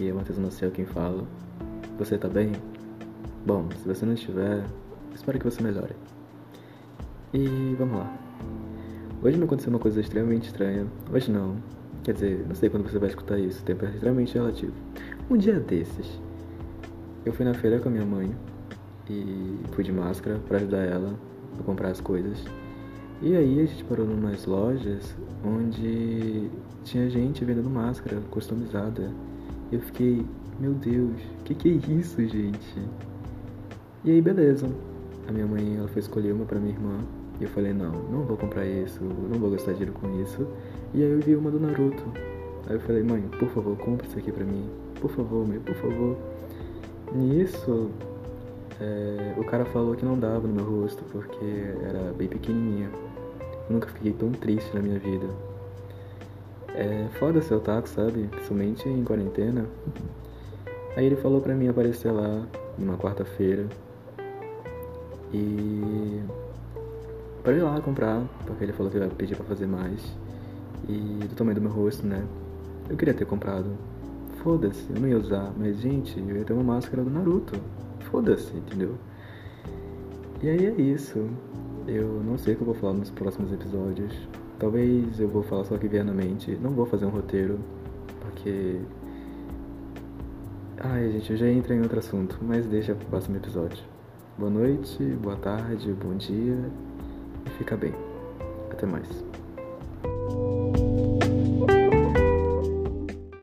aqui é Matheus Maciel quem fala. Você tá bem? Bom, se você não estiver, espero que você melhore. E vamos lá. Hoje me aconteceu uma coisa extremamente estranha. Hoje não. Quer dizer, não sei quando você vai escutar isso, o tempo é extremamente relativo. Um dia desses, eu fui na feira com a minha mãe e fui de máscara pra ajudar ela a comprar as coisas. E aí a gente parou em umas lojas onde tinha gente vendendo máscara customizada. Eu fiquei, meu Deus, que é isso, gente? E aí beleza. A minha mãe, ela foi escolher uma pra minha irmã. E eu falei, não vou comprar isso, não vou gastar dinheiro com isso. E aí eu vi uma do Naruto. Aí eu falei, mãe, por favor, compra isso aqui pra mim. Por favor, mãe, por favor. Nisso, o cara falou que não dava no meu rosto porque era bem pequenininha. Eu nunca fiquei tão triste na minha vida. É foda ser otaku, sabe? Principalmente em quarentena. Aí ele falou pra mim aparecer lá numa quarta-feira e pra ir lá comprar, porque ele falou que ia pedir pra fazer mais. E do tamanho do meu rosto, né? Eu queria ter comprado. Foda-se, eu não ia usar, mas gente, eu ia ter uma máscara do Naruto. Foda-se, entendeu? E aí é isso. Eu não sei o que eu vou falar nos próximos episódios. Talvez eu vou falar só o que vier na mente. Não vou fazer um roteiro, porque... Ai, gente, eu já entrei em outro assunto, mas deixa pro próximo episódio. Boa noite, boa tarde, bom dia e fica bem. Até mais.